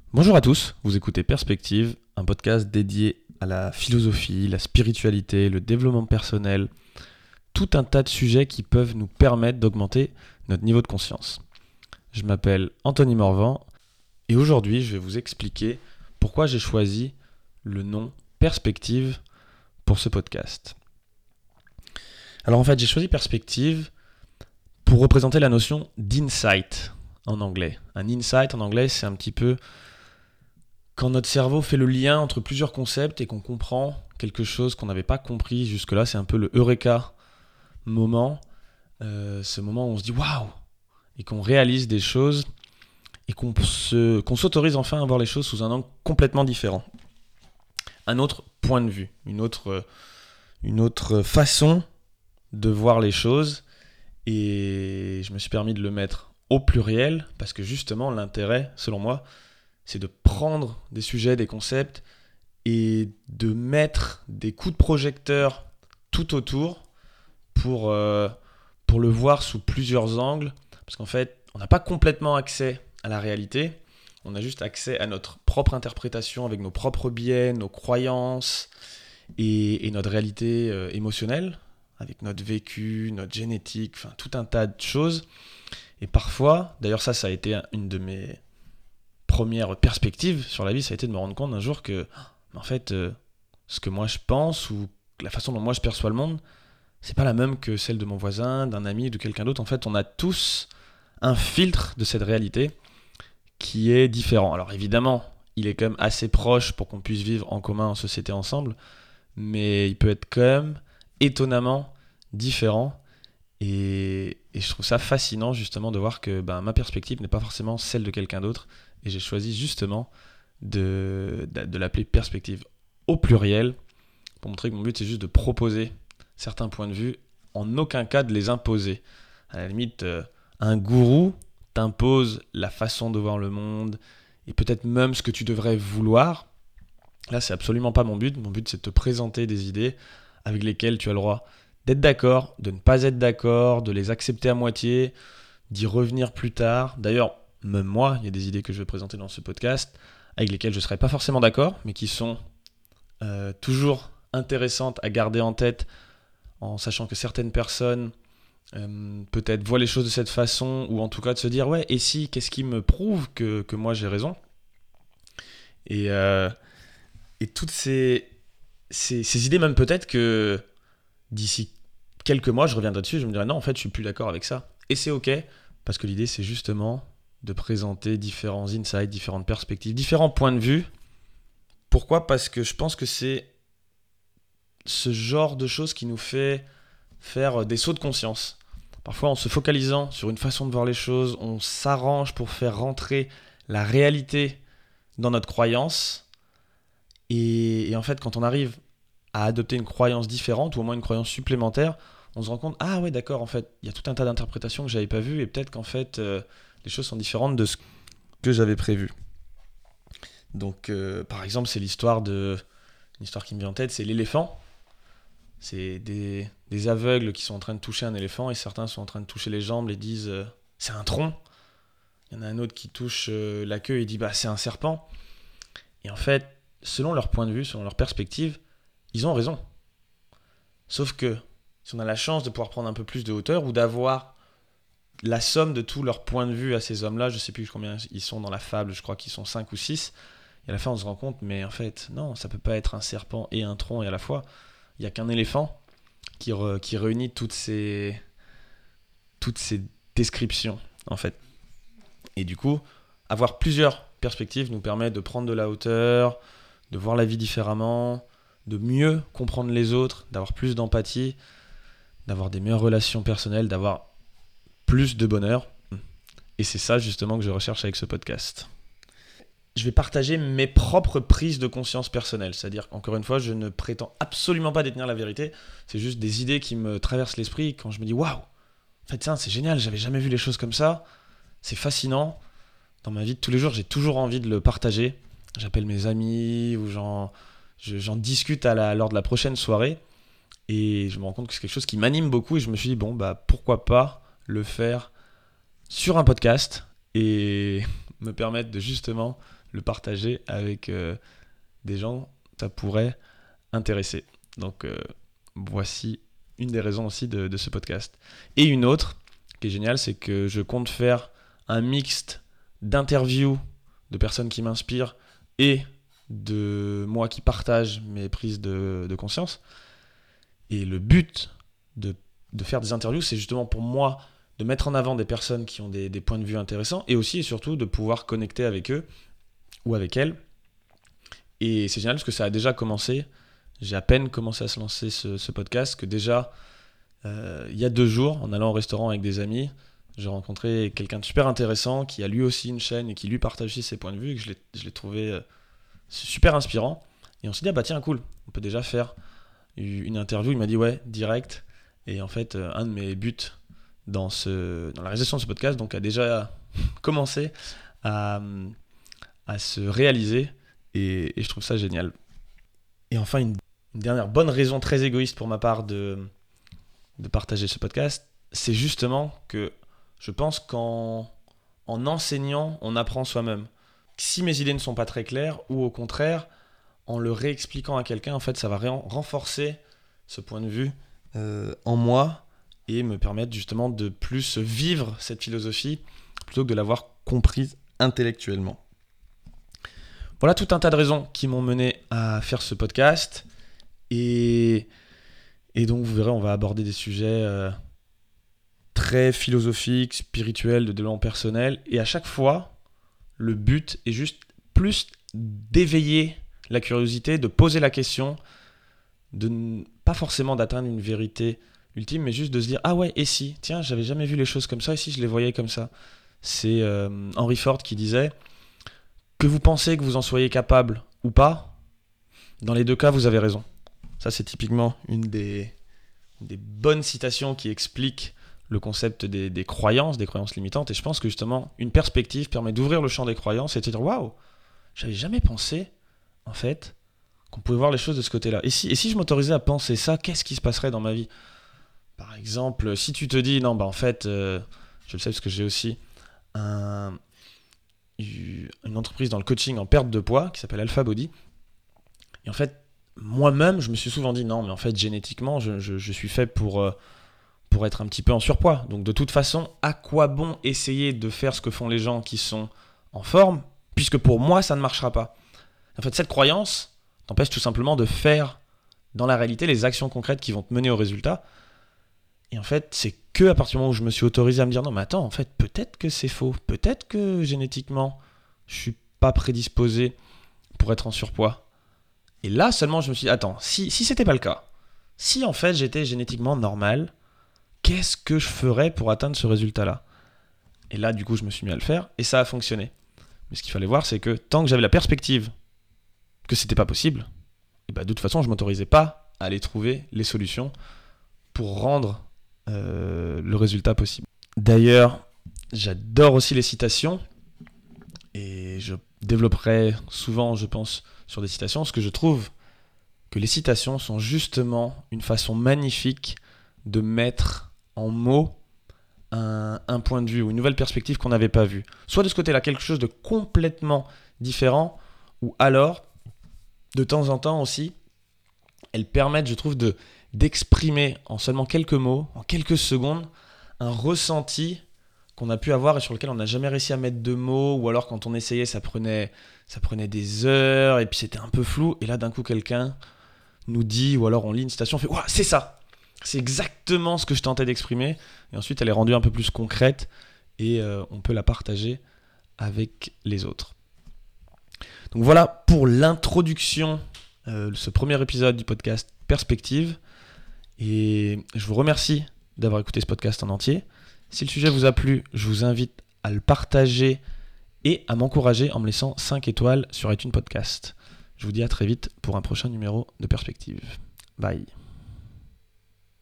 Bonjour à tous, vous écoutez Perspective, un podcast dédié à la philosophie, la spiritualité, le développement personnel, tout un tas de sujets qui peuvent nous permettre d'augmenter notre niveau de conscience. Je m'appelle Anthony Morvan et aujourd'hui je vais vous expliquer pourquoi j'ai choisi le nom Perspective pour ce podcast. Alors en fait j'ai choisi Perspective pour représenter la notion d'insight en anglais. Un insight en anglais c'est un petit peu quand notre cerveau fait le lien entre plusieurs concepts et qu'on comprend quelque chose qu'on n'avait pas compris jusque-là, c'est un peu le Eureka moment, ce moment où on se dit waouh et qu'on réalise des choses et qu'on s'autorise enfin à voir les choses sous un angle complètement différent. Un autre point de vue, une autre façon de voir les choses, et je me suis permis de le mettre au pluriel parce que justement l'intérêt, selon moi, c'est de prendre des sujets, des concepts et de mettre des coups de projecteur tout autour pour le voir sous plusieurs angles. Parce qu'en fait, on n'a pas complètement accès à la réalité, on a juste accès à notre propre interprétation avec nos propres biais, nos croyances et notre réalité émotionnelle, avec notre vécu, notre génétique, enfin tout un tas de choses. Et parfois, d'ailleurs ça a été une de mes première perspective sur la vie, ça a été de me rendre compte un jour que, en fait, ce que moi je pense ou la façon dont moi je perçois le monde, c'est pas la même que celle de mon voisin, d'un ami ou de quelqu'un d'autre. En fait, on a tous un filtre de cette réalité qui est différent. Alors évidemment, il est quand même assez proche pour qu'on puisse vivre en commun en société ensemble, mais il peut être quand même étonnamment différent. Et je trouve ça fascinant justement de voir que ma perspective n'est pas forcément celle de quelqu'un d'autre. Et j'ai choisi justement de l'appeler perspective au pluriel pour montrer que mon but c'est juste de proposer certains points de vue, en aucun cas de les imposer. À la limite, un gourou t'impose la façon de voir le monde et peut-être même ce que tu devrais vouloir. Là, c'est absolument pas mon but. Mon but c'est de te présenter des idées avec lesquelles tu as le droit d'être d'accord, de ne pas être d'accord, de les accepter à moitié, d'y revenir plus tard. D'ailleurs, même moi, il y a des idées que je vais présenter dans ce podcast avec lesquelles je ne serais pas forcément d'accord, mais qui sont toujours intéressantes à garder en tête en sachant que certaines personnes peut-être voient les choses de cette façon, ou en tout cas de se dire ouais, et si, qu'est-ce qui me prouve que moi j'ai raison. Et, euh, et toutes ces idées, même peut-être que d'ici quelques mois, je reviendrai dessus, je me dirai non, en fait, je suis plus d'accord avec ça. Et c'est ok, parce que l'idée, c'est justement de présenter différents insights, différentes perspectives, différents points de vue. Pourquoi ? Parce que je pense que c'est ce genre de choses qui nous fait faire des sauts de conscience. Parfois, en se focalisant sur une façon de voir les choses, on s'arrange pour faire rentrer la réalité dans notre croyance. Et en fait, quand on arrive à adopter une croyance différente, ou au moins une croyance supplémentaire, on se rend compte, ah ouais d'accord, en fait, il y a tout un tas d'interprétations que j'avais pas vues, et peut-être qu'en fait, les choses sont différentes de ce que j'avais prévu. Donc, par exemple, c'est une histoire qui me vient en tête, c'est l'éléphant. C'est des aveugles qui sont en train de toucher un éléphant, et certains sont en train de toucher les jambes et disent, c'est un tronc. Il y en a un autre qui touche la queue et dit, bah c'est un serpent. Et en fait, selon leur point de vue, selon leur perspective, ils ont raison. Sauf que si on a la chance de pouvoir prendre un peu plus de hauteur ou d'avoir la somme de tous leurs points de vue à ces hommes-là, je ne sais plus combien ils sont dans la fable, je crois qu'ils sont 5 ou 6, et à la fin on se rend compte, mais en fait, non, ça peut pas être un serpent et un tronc et à la fois. Il n'y a qu'un éléphant qui réunit toutes ces descriptions, en fait. Et du coup, avoir plusieurs perspectives nous permet de prendre de la hauteur, de voir la vie différemment, de mieux comprendre les autres, d'avoir plus d'empathie, d'avoir des meilleures relations personnelles, d'avoir plus de bonheur. Et c'est ça justement que je recherche avec ce podcast. Je vais partager mes propres prises de conscience personnelles. C'est-à-dire, encore une fois, je ne prétends absolument pas détenir la vérité. C'est juste des idées qui me traversent l'esprit quand je me dis waouh, en fait, ça, c'est génial, j'avais jamais vu les choses comme ça. C'est fascinant. Dans ma vie de tous les jours, j'ai toujours envie de le partager. J'appelle mes amis ou j'en discute lors de la prochaine soirée. Et je me rends compte que c'est quelque chose qui m'anime beaucoup. Et je me suis dit, bon, bah pourquoi pas le faire sur un podcast et me permettre de justement le partager avec des gens que ça pourrait intéresser. Donc voici une des raisons aussi de ce podcast. Et une autre qui est géniale, c'est que je compte faire un mixte d'interviews de personnes qui m'inspirent et de moi qui partage mes prises de conscience. Et le but de faire des interviews, c'est justement pour moi de mettre en avant des personnes qui ont des points de vue intéressants et aussi et surtout de pouvoir connecter avec eux ou avec elles. Et c'est génial parce que ça a déjà commencé. J'ai à peine commencé à se lancer ce podcast que déjà, il y a 2 jours, en allant au restaurant avec des amis, j'ai rencontré quelqu'un de super intéressant qui a lui aussi une chaîne et qui lui partage aussi ses points de vue et que je l'ai trouvé super inspirant. Et on s'est dit, ah bah tiens, cool, on peut déjà faire une interview. Il m'a dit, ouais, direct. Et en fait, un de mes buts dans la réalisation de ce podcast donc, a déjà commencé à se réaliser et je trouve ça génial. Et enfin, une dernière bonne raison très égoïste pour ma part de partager ce podcast, c'est justement que je pense qu'en enseignant, on apprend soi-même. Si mes idées ne sont pas très claires, ou au contraire, en le réexpliquant à quelqu'un, en fait, ça va renforcer ce point de vue en moi et me permettre justement de plus vivre cette philosophie plutôt que de l'avoir comprise intellectuellement. Voilà tout un tas de raisons qui m'ont mené à faire ce podcast. Et donc, vous verrez, on va aborder des sujets très philosophiques, spirituels, de développement personnel. Et à chaque fois, le but est juste plus d'éveiller la curiosité, de poser la question, pas forcément d'atteindre une vérité ultime, mais juste de se dire « Ah ouais, et si ? Tiens, j'avais jamais vu les choses comme ça, et si je les voyais comme ça ?» C'est Henry Ford qui disait « Que vous pensez que vous en soyez capable ou pas, dans les 2 cas, vous avez raison. » Ça, c'est typiquement une des bonnes citations qui explique le concept des croyances limitantes. Et je pense que justement, une perspective permet d'ouvrir le champ des croyances et de dire « Waouh, j'avais jamais pensé, en fait, qu'on pouvait voir les choses de ce côté-là. Et si je m'autorisais à penser ça, qu'est-ce qui se passerait dans ma vie ?» Par exemple, si tu te dis « Non, bah en fait, je le sais parce que j'ai aussi une entreprise dans le coaching en perte de poids qui s'appelle Alpha Body. » Et en fait, moi-même, je me suis souvent dit « Non, mais en fait, génétiquement, je suis fait pour être un petit peu en surpoids. Donc de toute façon, à quoi bon essayer de faire ce que font les gens qui sont en forme, puisque pour moi, ça ne marchera pas. » En fait, cette croyance t'empêche tout simplement de faire dans la réalité les actions concrètes qui vont te mener au résultat. Et en fait, c'est que à partir du moment où je me suis autorisé à me dire « Non, mais attends, en fait, peut-être que c'est faux. Peut-être que génétiquement, je suis pas prédisposé pour être en surpoids. » Et là seulement, je me suis dit « Attends, si c'était pas le cas, si en fait j'étais génétiquement normal, qu'est-ce que je ferais pour atteindre ce résultat-là ?» Et là, du coup, je me suis mis à le faire et ça a fonctionné. Mais ce qu'il fallait voir, c'est que tant que j'avais la perspective que c'était pas possible, et bah, de toute façon, je m'autorisais pas à aller trouver les solutions pour rendre le résultat possible. D'ailleurs, j'adore aussi les citations et je développerai souvent, je pense, sur des citations, parce que je trouve que les citations sont justement une façon magnifique de mettre en mots un point de vue ou une nouvelle perspective qu'on n'avait pas vue. Soit de ce côté-là, quelque chose de complètement différent, ou alors, de temps en temps aussi, elles permettent, je trouve, d'exprimer en seulement quelques mots, en quelques secondes, un ressenti qu'on a pu avoir et sur lequel on n'a jamais réussi à mettre de mots, ou alors quand on essayait, ça prenait des heures, et puis c'était un peu flou, et là d'un coup quelqu'un nous dit, ou alors on lit une citation, on fait « Ouah, c'est ça ! C'est exactement ce que je tentais d'exprimer !» Et ensuite elle est rendue un peu plus concrète, et on peut la partager avec les autres. Donc voilà pour l'introduction, ce premier épisode du podcast Perspective. Et je vous remercie d'avoir écouté ce podcast en entier. Si le sujet vous a plu, je vous invite à le partager et à m'encourager en me laissant 5 étoiles sur iTunes Podcast. Je vous dis à très vite pour un prochain numéro de Perspective. Bye.